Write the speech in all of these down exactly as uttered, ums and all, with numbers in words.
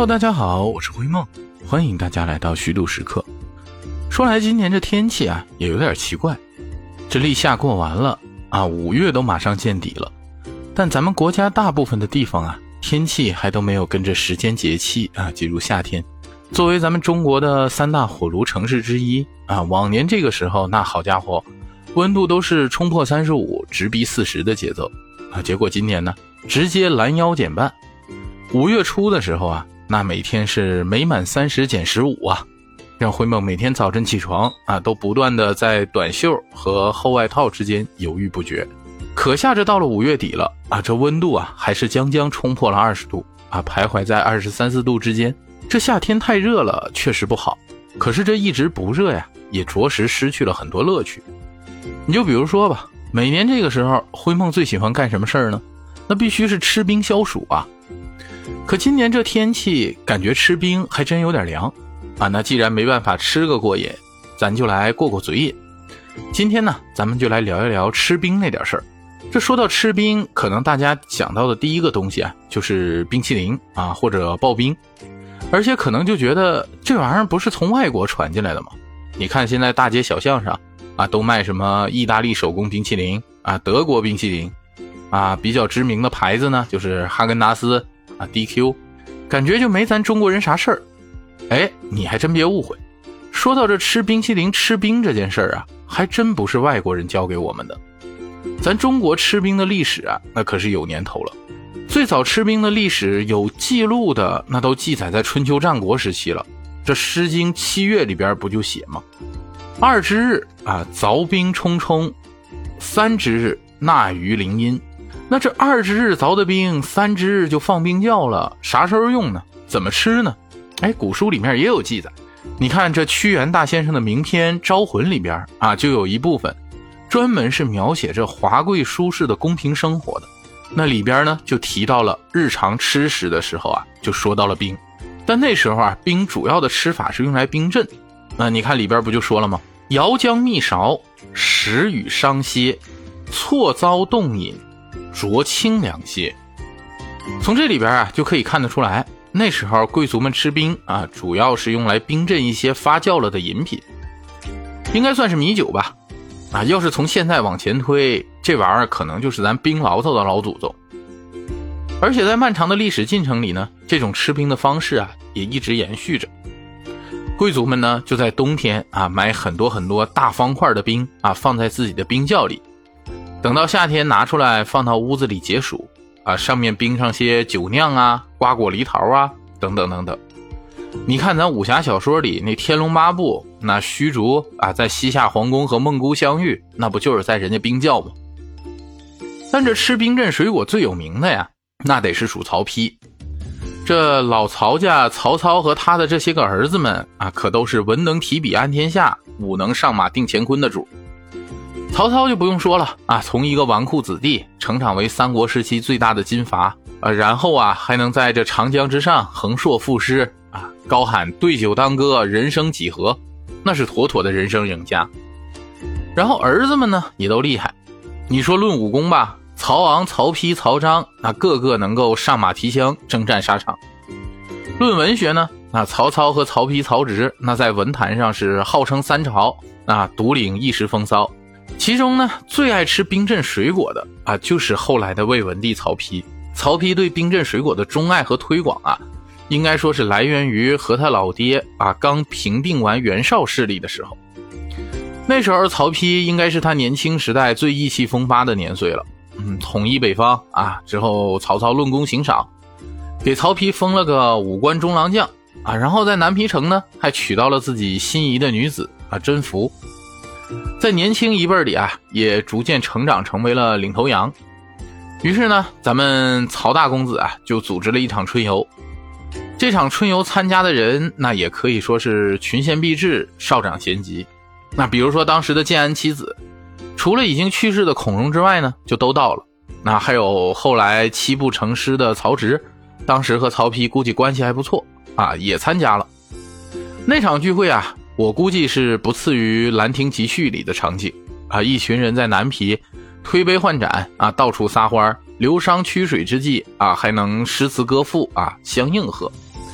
Hello， 大家好，我是辉梦，欢迎大家来到虚度时刻。说来今年这天气啊，也有点奇怪。这立夏过完了啊，五月都马上见底了，但咱们国家大部分的地方啊，天气还都没有跟着时间节气啊进入夏天。作为咱们中国的三大火炉城市之一啊，往年这个时候那好家伙，温度都是冲破三十五直逼四十的节奏啊，结果今年呢直接拦腰减半。五月初的时候啊，那每天是每满三十减十五啊，让辉梦每天早晨起床啊，都不断的在短袖和厚外套之间犹豫不决。可下这到了五月底了啊，这温度啊还是将将冲破了二十度啊，徘徊在二十三四度之间。这夏天太热了确实不好，可是这一直不热呀，也着实失去了很多乐趣。你就比如说吧，每年这个时候辉梦最喜欢干什么事儿呢？那必须是吃冰消暑啊。可今年这天气感觉吃冰还真有点凉啊，那既然没办法吃个过瘾，咱就来过过嘴瘾。今天呢，咱们就来聊一聊吃冰那点事儿。这说到吃冰，可能大家想到的第一个东西啊，就是冰淇淋啊，或者刨冰。而且可能就觉得这玩意儿不是从外国传进来的吗？你看现在大街小巷上啊，都卖什么意大利手工冰淇淋啊，德国冰淇淋啊，比较知名的牌子呢就是哈根达斯啊 D Q， 感觉就没咱中国人啥事儿。哎，你还真别误会，说到这吃冰淇淋吃冰这件事儿啊，还真不是外国人教给我们的。咱中国吃冰的历史啊，那可是有年头了。最早吃冰的历史有记录的，那都记载在春秋战国时期了。这诗经七月里边不就写吗？二之日啊，凿冰冲冲；三之日，纳于陵阴。那这二之日凿的冰，三之日就放冰窖了，啥时候用呢？怎么吃呢？哎，古书里面也有记载。你看这屈原大先生的名篇《招魂》里边啊，就有一部分专门是描写这华贵舒适的宫廷生活的。那里边呢就提到了日常吃食的时候啊，就说到了冰。但那时候啊，冰主要的吃法是用来冰镇。那你看里边不就说了吗？摇浆蜜勺，食与伤歇，错糟冻饮，浊清凉些。从这里边啊就可以看得出来，那时候贵族们吃冰啊，主要是用来冰镇一些发酵了的饮品，应该算是米酒吧。啊，要是从现在往前推，这玩意儿可能就是咱冰醪糟的老祖宗。而且在漫长的历史进程里呢，这种吃冰的方式啊也一直延续着。贵族们呢就在冬天啊买很多很多大方块的冰啊，放在自己的冰窖里，等到夏天拿出来放到屋子里解暑啊，上面冰上些酒酿啊、瓜果梨桃啊等等等等。你看咱武侠小说里那天龙八部，那虚竹啊在西夏皇宫和孟姑相遇，那不就是在人家冰窖吗？但这吃冰镇水果最有名的呀，那得是属曹丕。这老曹家曹操和他的这些个儿子们啊，可都是文能提笔安天下，武能上马定乾坤的主。曹操就不用说了啊，从一个纨绔子弟成长为三国时期最大的军阀啊，然后啊还能在这长江之上横槊赋诗啊，高喊对酒当歌，人生几何，那是妥妥的人生赢家。然后儿子们呢也都厉害，你说论武功吧，曹昂、曹丕、曹彰那个个能够上马提枪征战沙场。论文学呢，那曹操和曹丕、曹植那在文坛上是号称三朝啊，独领一时风骚。其中呢最爱吃冰镇水果的啊，就是后来的魏文帝曹丕。曹丕对冰镇水果的钟爱和推广啊，应该说是来源于和他老爹啊刚平定完袁绍势力的时候。那时候曹丕应该是他年轻时代最意气风发的年岁了。嗯，统一北方啊之后，曹操论功行赏，给曹丕封了个武官中郎将啊，然后在南皮城呢还娶到了自己心仪的女子啊甄宓。在年轻一辈里啊，也逐渐成长成为了领头羊。于是呢，咱们曹大公子啊就组织了一场春游。这场春游参加的人，那也可以说是群贤毕至，少长咸集。那比如说当时的建安七子，除了已经去世的孔融之外呢，就都到了。那还有后来七步成诗的曹植，当时和曹丕估计关系还不错啊，也参加了。那场聚会啊，我估计是不次于《兰亭集序》里的场景啊，一群人在南皮推杯换盏啊，到处撒欢，流觞曲水之际啊，还能诗词歌赋啊相应和。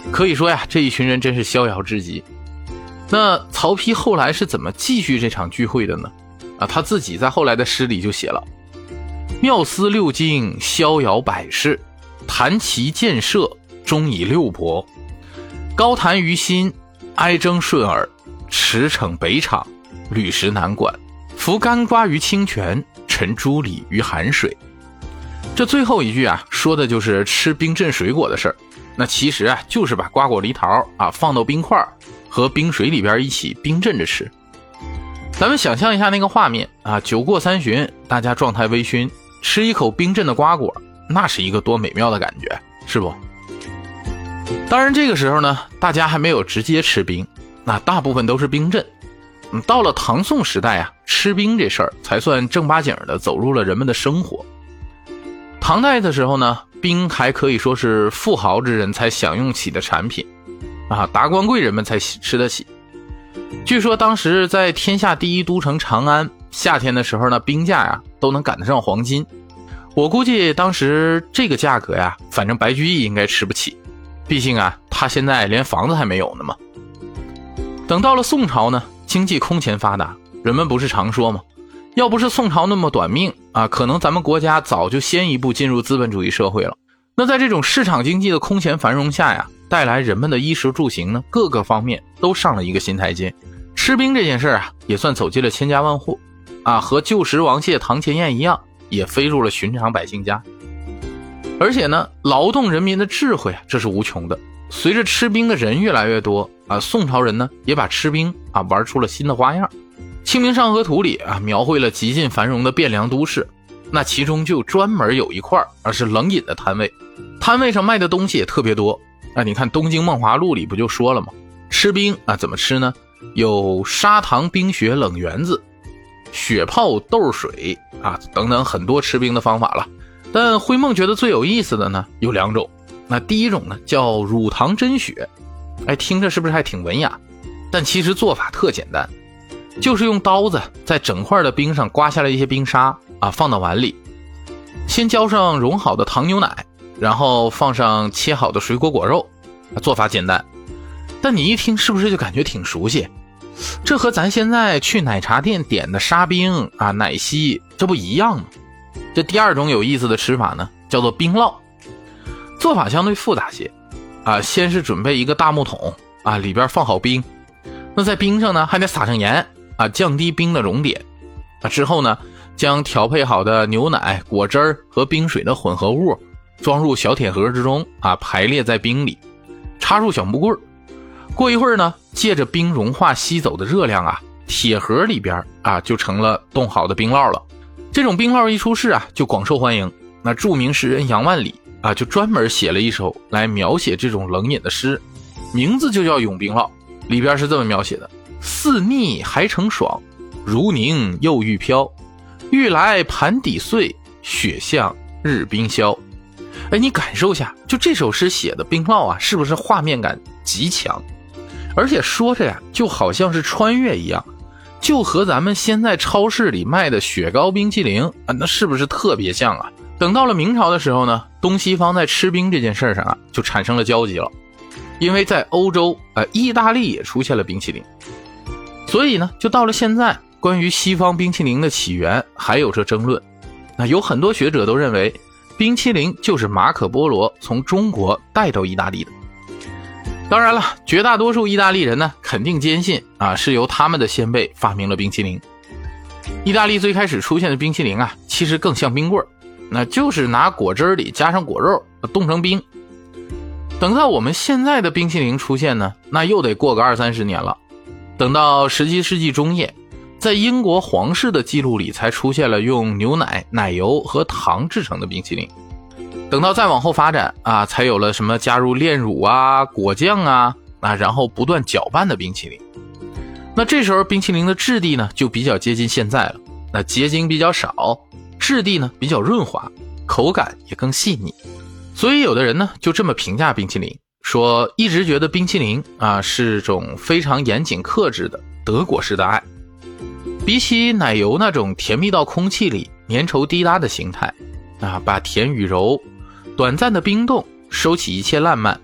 可以说呀，这一群人真是逍遥至极。那曹丕后来是怎么继续这场聚会的呢？啊，他自己在后来的诗里就写了：妙思六经，逍遥百世，弹其建设，终以六伯。高谈于心，哀征顺耳，驰骋北场，履石南管，服干瓜于清泉，沉朱李于寒水。这最后一句啊，说的就是吃冰镇水果的事儿。那其实啊，就是把瓜果梨桃啊放到冰块和冰水里边一起冰镇着吃。咱们想象一下那个画面啊，酒过三巡，大家状态微醺，吃一口冰镇的瓜果，那是一个多美妙的感觉，是不？当然这个时候呢，大家还没有直接吃冰，那大部分都是冰镇。嗯，到了唐宋时代啊，吃冰这事儿才算正八经的走入了人们的生活。唐代的时候呢，冰还可以说是富豪之人才享用起的产品啊，达官贵人们才吃得起。据说当时在天下第一都城长安，夏天的时候呢，冰价呀都能赶得上黄金。我估计当时这个价格呀，反正白居易应该吃不起，毕竟啊，他现在连房子还没有呢嘛。等到了宋朝呢，经济空前发达，人们不是常说吗？要不是宋朝那么短命啊，可能咱们国家早就先一步进入资本主义社会了。那在这种市场经济的空前繁荣下呀，带来人们的衣食住行呢，各个方面都上了一个新台阶。吃冰这件事啊，也算走进了千家万户啊，和旧时王谢堂前燕一样，也飞入了寻常百姓家。而且呢，劳动人民的智慧啊，这是无穷的。随着吃冰的人越来越多啊，宋朝人呢也把吃冰啊玩出了新的花样。清明上河图里啊，描绘了极尽繁荣的汴梁都市，那其中就专门有一块而是冷饮的摊位，摊位上卖的东西也特别多啊。你看《东京梦华录》里不就说了吗？吃冰啊，怎么吃呢？有砂糖冰雪冷圆子、血泡豆水啊等等很多吃冰的方法了。但辉梦觉得最有意思的呢有两种。那第一种呢叫乳糖蒸血，哎，听着是不是还挺文雅？但其实做法特简单，就是用刀子在整块的冰上刮下来一些冰沙啊，放到碗里，先浇上融好的糖牛奶，然后放上切好的水果果肉，做法简单。但你一听是不是就感觉挺熟悉？这和咱现在去奶茶店点的沙冰啊、奶昔，这不一样吗？这第二种有意思的吃法呢，叫做冰酪，做法相对复杂些啊。先是准备一个大木桶啊，里边放好冰，那在冰上呢还得撒上盐啊，降低冰的熔点啊。之后呢，将调配好的牛奶、果汁儿和冰水的混合物装入小铁盒之中啊，排列在冰里，插入小木棍。过一会儿呢，借着冰融化吸走的热量啊，铁盒里边啊就成了冻好的冰酪了。这种冰酪一出世啊，就广受欢迎。那著名诗人杨万里啊，就专门写了一首来描写这种冷饮的诗，名字就叫《咏冰酪》，里边是这么描写的：似腻还成爽，如凝又欲飘，欲来盘底碎，雪向日冰消。哎，你感受下，就这首诗写的冰酪啊，是不是画面感极强？而且说着呀，就好像是穿越一样，就和咱们现在超市里卖的雪糕冰淇淋啊，那是不是特别像啊？等到了明朝的时候呢，东西方在吃冰这件事上啊，就产生了交集了。因为在欧洲，呃，意大利也出现了冰淇淋，所以呢，就到了现在，关于西方冰淇淋的起源还有这争论。那有很多学者都认为，冰淇淋就是马可波罗从中国带到意大利的。当然了，绝大多数意大利人呢，肯定坚信啊，是由他们的先辈发明了冰淇淋。意大利最开始出现的冰淇淋啊，其实更像冰棍儿，那就是拿果汁里加上果肉冻成冰。等到我们现在的冰淇淋出现呢，那又得过个二三十年了。等到十七世纪中叶，在英国皇室的记录里才出现了用牛奶、奶油和糖制成的冰淇淋。等到再往后发展啊，才有了什么加入炼乳啊、果酱啊啊，然后不断搅拌的冰淇淋。那这时候冰淇淋的质地呢，就比较接近现在了。那结晶比较少，质地呢比较润滑，口感也更细腻。所以有的人呢就这么评价冰淇淋，说一直觉得冰淇淋啊是种非常严谨克制的德国式的爱。比起奶油那种甜蜜到空气里、粘稠滴答的形态啊，把甜与柔、短暂的冰冻收起一切烂漫，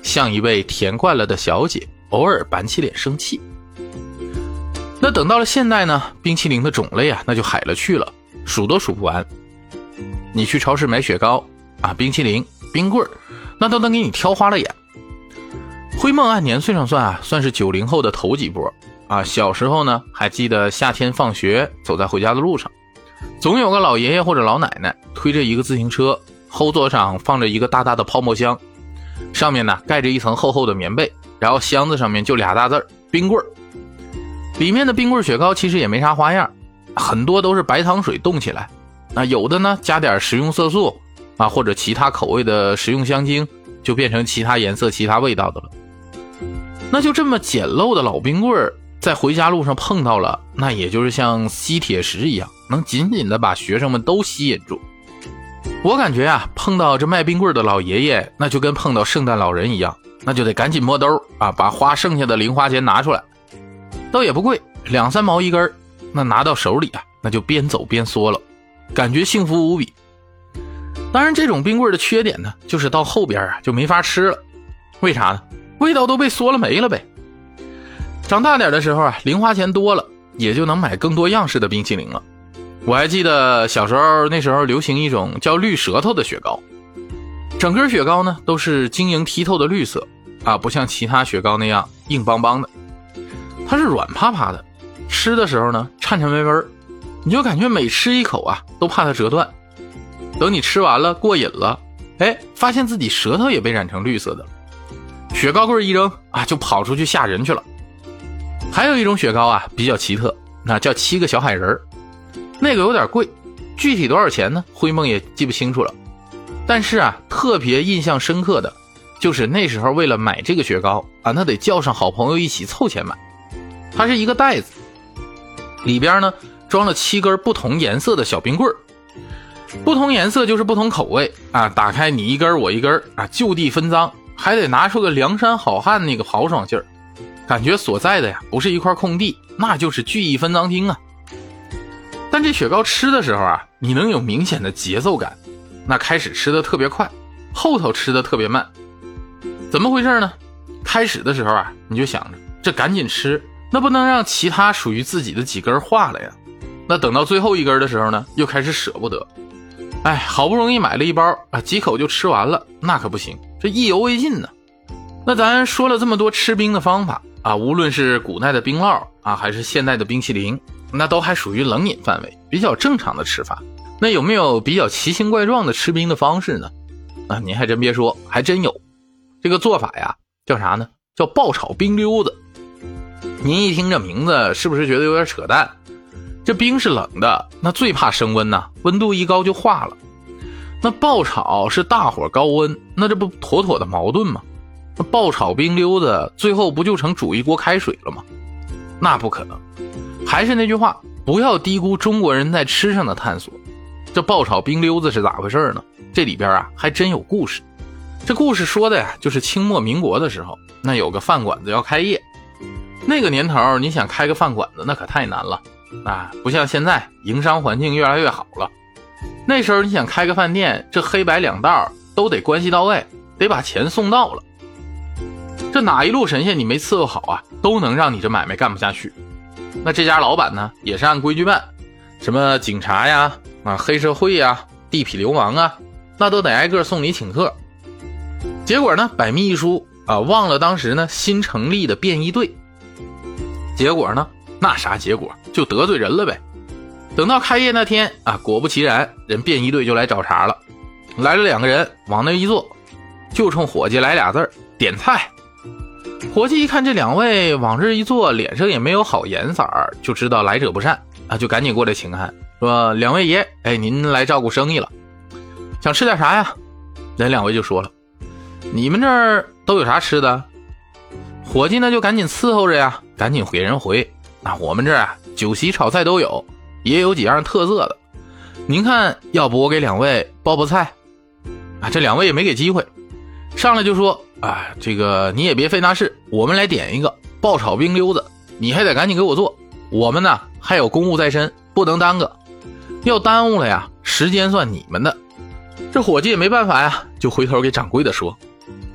像一位甜惯了的小姐，偶尔板起脸生气。那等到了现代呢，冰淇淋的种类啊，那就海了去了，数都数不完。你去超市买雪糕啊，冰淇淋、冰棍儿，那都能给你挑花了眼。灰梦按年岁上算啊，算是九零后的头几波啊。小时候呢，还记得夏天放学走在回家的路上，总有个老爷爷或者老奶奶推着一个自行车，后座上放着一个大大的泡沫箱，上面呢盖着一层厚厚的棉被，然后箱子上面就俩大字儿冰棍儿。里面的冰棍雪糕其实也没啥花样，很多都是白糖水冻起来，那有的呢加点食用色素啊，或者其他口味的食用香精，就变成其他颜色其他味道的了。那就这么简陋的老冰棍在回家路上碰到了，那也就是像吸铁石一样，能紧紧的把学生们都吸引住。我感觉啊，碰到这卖冰棍的老爷爷，那就跟碰到圣诞老人一样，那就得赶紧摸兜啊，把花剩下的零花钱拿出来，倒也不贵，两三毛一根，那拿到手里啊，那就边走边缩了，感觉幸福无比。当然这种冰棍的缺点呢，就是到后边啊就没法吃了。为啥呢？味道都被缩了没了呗。长大点的时候啊，零花钱多了，也就能买更多样式的冰淇淋了。我还记得小时候，那时候流行一种叫绿舌头的雪糕，整根雪糕呢都是晶莹剔透的绿色啊，不像其他雪糕那样硬邦邦的，它是软趴趴的，吃的时候呢颤颤巍巍，你就感觉每吃一口啊都怕它折断。等你吃完了过瘾了，哎，发现自己舌头也被染成绿色的，雪糕棍一扔啊，就跑出去吓人去了。还有一种雪糕啊比较奇特，那叫七个小海人，那个有点贵，具体多少钱呢？灰梦也记不清楚了。但是啊，特别印象深刻的就是那时候为了买这个雪糕啊，那得叫上好朋友一起凑钱买。它是一个袋子，里边呢装了七根不同颜色的小冰棍，不同颜色就是不同口味啊。打开你一根我一根啊，就地分赃，还得拿出个梁山好汉那个豪爽劲儿，感觉所在的呀不是一块空地，那就是聚义分赃厅啊。但这雪糕吃的时候啊，你能有明显的节奏感，那开始吃的特别快，后头吃的特别慢。怎么回事呢？开始的时候啊，你就想着这赶紧吃，那不能让其他属于自己的几根化了呀。那等到最后一根的时候呢，又开始舍不得。哎，好不容易买了一包啊，几口就吃完了，那可不行，这意犹未尽呢。那咱说了这么多吃冰的方法啊，无论是古代的冰酪啊，还是现代的冰淇淋，那都还属于冷饮范围，比较正常的吃法。那有没有比较奇形怪状的吃冰的方式呢？啊，您还真别说，还真有。这个做法呀，叫啥呢？叫爆炒冰溜子。您一听这名字，是不是觉得有点扯淡？这冰是冷的，那最怕升温呐，温度一高就化了。那爆炒是大火高温，那这不妥妥的矛盾吗？那爆炒冰溜子最后不就成煮一锅开水了吗？那不可能。还是那句话，不要低估中国人在吃上的探索。这爆炒冰溜子是咋回事呢？这里边啊还真有故事。这故事说的呀，就是清末民国的时候，那有个饭馆子要开业。那个年头你想开个饭馆子那可太难了啊，不像现在营商环境越来越好了。那时候你想开个饭店，这黑白两道都得关系到位，得把钱送到了。这哪一路神仙你没伺候好啊，都能让你这买卖干不下去。那这家老板呢，也是按规矩办，什么警察呀、啊黑社会呀、地痞流氓啊，那都得挨个送礼请客。结果呢，百密一疏啊，忘了当时呢新成立的便衣队。结果呢，那啥结果，就得罪人了呗。等到开业那天啊，果不其然，人便衣队就来找茬了。来了两个人，往那一坐，就冲伙计来俩字儿：点菜。伙计一看这两位往这一坐，脸上也没有好颜色，就知道来者不善啊，就赶紧过来请看，说：两位爷，哎，您来照顾生意了，想吃点啥呀？人两位就说了：你们这儿都有啥吃的？伙计呢就赶紧伺候着呀，赶紧给人回，那我们这儿啊酒席炒菜都有，也有几样特色的，您看要不我给两位报报菜啊？这两位也没给机会，上来就说：啊，这个你也别费那事，我们来点一个爆炒冰溜子，你还得赶紧给我做，我们呢还有公务在身，不能耽搁，要耽误了呀，时间算你们的。这伙计也没办法呀，就回头给掌柜的说：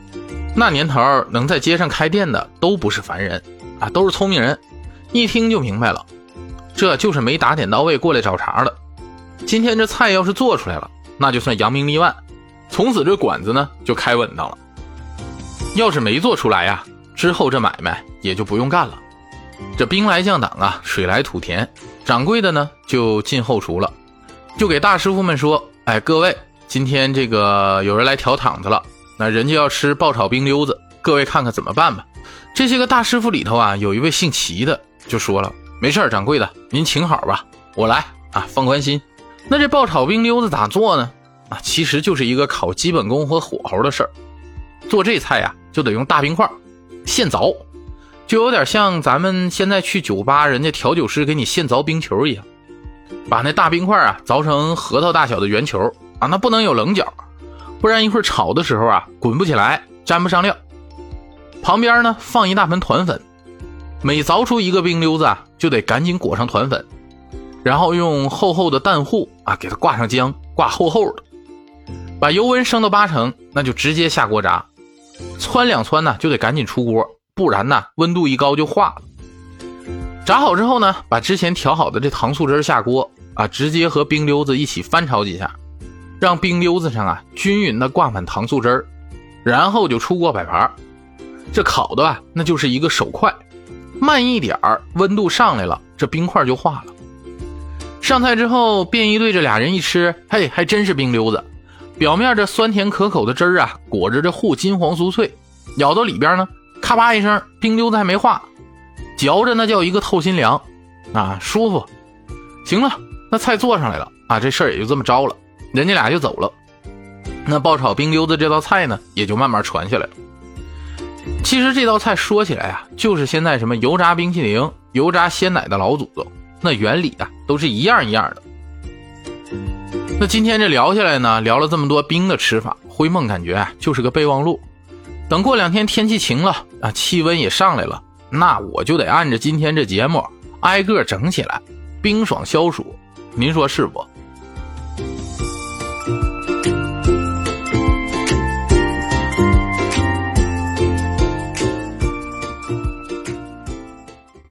那年头能在街上开店的都不是凡人啊，都是聪明人，一听就明白了，这就是没打点到位过来找茬的。今天这菜要是做出来了，那就算扬名立万，从此这馆子呢就开稳当了。要是没做出来呀，之后这买卖也就不用干了。这兵来将挡啊，水来土填，掌柜的呢就进后厨了，就给大师傅们说，哎，各位，今天这个有人来调躺子了，那人家要吃爆炒冰溜子，各位看看怎么办吧。这些个大师傅里头啊，有一位姓齐的就说了，没事，掌柜的您请好吧，我来啊，放宽心。那这爆炒冰溜子咋做呢？啊，其实就是一个考基本功和火候的事儿。做这菜啊，就得用大冰块现凿，就有点像咱们现在去酒吧人家调酒师给你现凿冰球一样，把那大冰块啊凿成核桃大小的圆球啊，那不能有棱角，不然一会儿炒的时候啊滚不起来，沾不上料。旁边呢放一大盆团粉，每凿出一个冰溜子啊，就得赶紧裹上团粉，然后用厚厚的蛋糊啊给它挂上浆，挂厚厚的，把油温升到八成，那就直接下锅炸，汆两汆呢就得赶紧出锅，不然呢温度一高就化了。炸好之后呢，把之前调好的这糖醋汁下锅啊，直接和冰溜子一起翻炒几下，让冰溜子上啊均匀的挂满糖醋汁儿，然后就出锅摆盘。这烤的啊那就是一个手快，慢一点儿，温度上来了，这冰块就化了。上菜之后，便衣队这俩人一吃，嘿，还真是冰溜子。表面这酸甜可口的汁儿啊，裹着这糊金黄酥脆，咬到里边呢，咔吧一声，冰溜子还没化，嚼着那叫一个透心凉啊，舒服。行了，那菜做上来了啊，这事儿也就这么着了，人家俩就走了。那爆炒冰溜子这道菜呢，也就慢慢传下来了。其实这道菜说起来啊，就是现在什么油炸冰淇淋、油炸鲜奶的老祖宗，那原理啊都是一样一样的。那今天这聊下来呢，聊了这么多冰的吃法，灰梦感觉啊就是个备忘录。等过两天天气晴了啊，气温也上来了，那我就得按着今天这节目挨个整起来，冰爽消暑，您说是不？